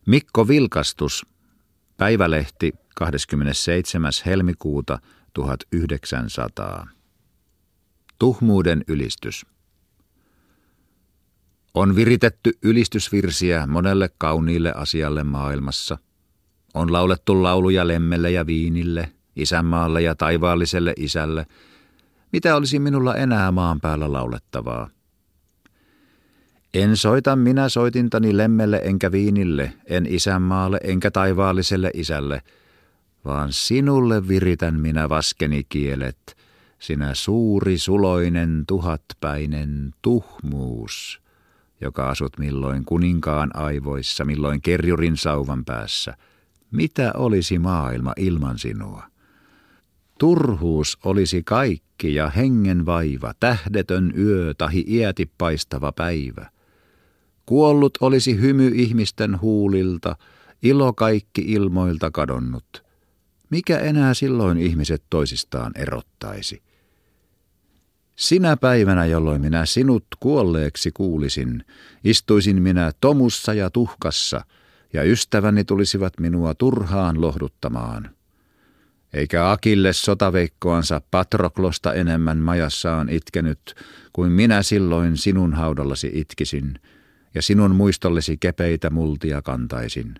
Mikko Vilkastus, Päivälehti 27. helmikuuta 1900. Tuhmuuden ylistys. On viritetty ylistysvirsiä monelle kauniille asialle maailmassa. On laulettu lauluja lemmelle ja viinille, isänmaalle ja taivaalliselle isälle. Mitä olisi minulla enää maan päällä laulettavaa? En soita minä soitintani lemmelle enkä viinille, en isänmaalle enkä taivaalliselle isälle, vaan sinulle viritän minä vaskeni kielet, sinä suuri suloinen tuhatpäinen tuhmuus, joka asut milloin kuninkaan aivoissa, milloin kerjurin sauvan päässä. Mitä olisi maailma ilman sinua? Turhuus olisi kaikki ja hengen vaiva, tähdetön yö tahi iäti paistava päivä. Kuollut olisi hymy ihmisten huulilta, ilo kaikki ilmoilta kadonnut. Mikä enää silloin ihmiset toisistaan erottaisi? Sinä päivänä, jolloin minä sinut kuolleeksi kuulisin, istuisin minä tomussa ja tuhkassa, ja ystäväni tulisivat minua turhaan lohduttamaan. Eikä Akilles sotaveikkoansa Patroklosta enemmän majassaan itkenyt, kuin minä silloin sinun haudallasi itkisin, ja sinun muistollesi kepeitä multia kantaisin.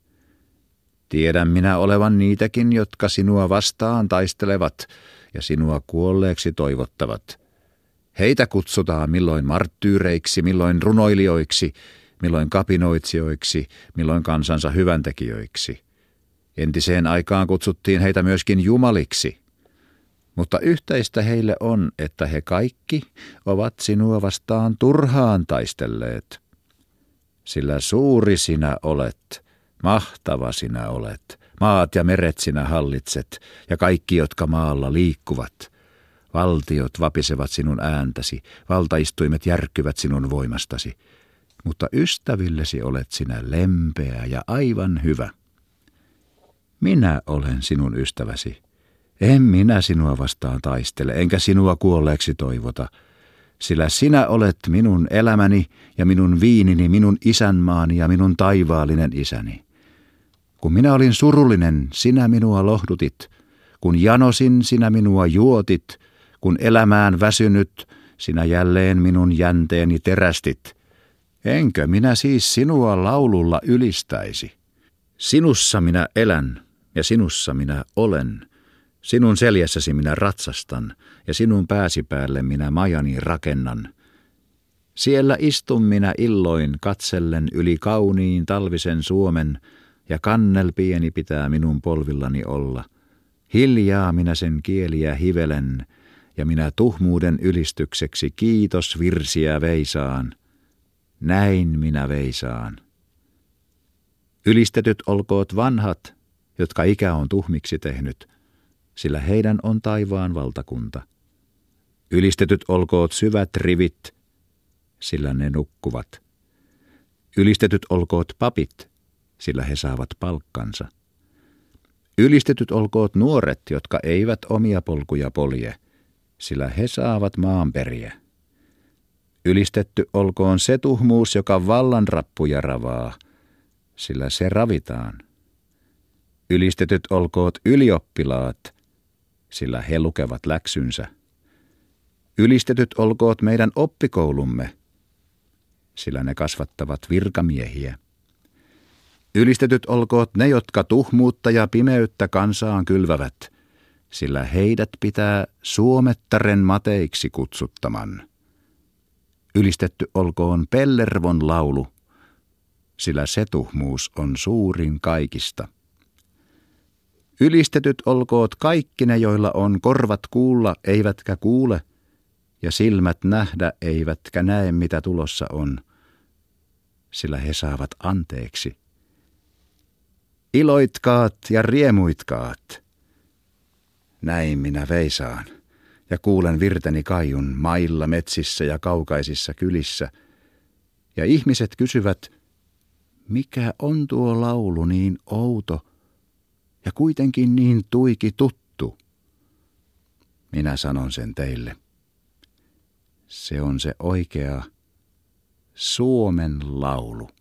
Tiedän minä olevan niitäkin, jotka sinua vastaan taistelevat ja sinua kuolleeksi toivottavat. Heitä kutsutaan milloin marttyyreiksi, milloin runoilijoiksi, milloin kapinoitsijoiksi, milloin kansansa hyväntekijöiksi. Entiseen aikaan kutsuttiin heitä myöskin jumaliksi. Mutta yhteistä heille on, että he kaikki ovat sinua vastaan turhaan taistelleet. Sillä suuri sinä olet, mahtava sinä olet, maat ja meret sinä hallitset, ja kaikki, jotka maalla liikkuvat. Valtiot vapisevat sinun ääntäsi, valtaistuimet järkkyvät sinun voimastasi. Mutta ystävillesi olet sinä lempeä ja aivan hyvä. Minä olen sinun ystäväsi. En minä sinua vastaan taistele, enkä sinua kuolleeksi toivota. Sillä sinä olet minun elämäni ja minun viinini, minun isänmaani ja minun taivaallinen isäni. Kun minä olin surullinen, sinä minua lohdutit. Kun janosin, sinä minua juotit. Kun elämään väsynyt, sinä jälleen minun jänteeni terästit. Enkö minä siis sinua laululla ylistäisi? Sinussa minä elän ja sinussa minä olen. Sinun seljässäsi minä ratsastan ja sinun pääsi päälle minä majani rakennan. Siellä istun minä illoin katsellen yli kauniin talvisen Suomen ja kannel pieni pitää minun polvillani olla. Hiljaa minä sen kieliä hivelen ja minä tuhmuuden ylistykseksi kiitos virsiä veisaan. Näin minä veisaan. Ylistetyt olkoot vanhat, jotka ikä on tuhmiksi tehnyt, sillä heidän on taivaan valtakunta. Ylistetyt olkoot syvät rivit, sillä ne nukkuvat. Ylistetyt olkoot papit, sillä he saavat palkkansa. Ylistetyt olkoot nuoret, jotka eivät omia polkuja polje, sillä he saavat maanperiä. Ylistetty olkoon se tuhmuus, joka vallanrappuja ravaa, sillä se ravitaan. Ylistetyt olkoot ylioppilaat, sillä he lukevat läksynsä. Ylistetyt olkoot meidän oppikoulumme, sillä ne kasvattavat virkamiehiä. Ylistetyt olkoot ne, jotka tuhmuutta ja pimeyttä kansaan kylvävät, sillä heidät pitää suomettaren mateiksi kutsuttaman. Ylistetty olkoon Pellervon laulu, sillä se tuhmuus on suurin kaikista. Ylistetyt olkoot kaikki ne, joilla on korvat kuulla, eivätkä kuule, ja silmät nähdä, eivätkä näe, mitä tulossa on, sillä he saavat anteeksi. Iloitkaat ja riemuitkaat. Näin minä veisaan, ja kuulen virteni kaiun mailla, metsissä ja kaukaisissa kylissä, ja ihmiset kysyvät, mikä on tuo laulu niin outo, ja kuitenkin niin tuiki tuttu. Minä sanon sen teille. Se on se oikea Suomen laulu.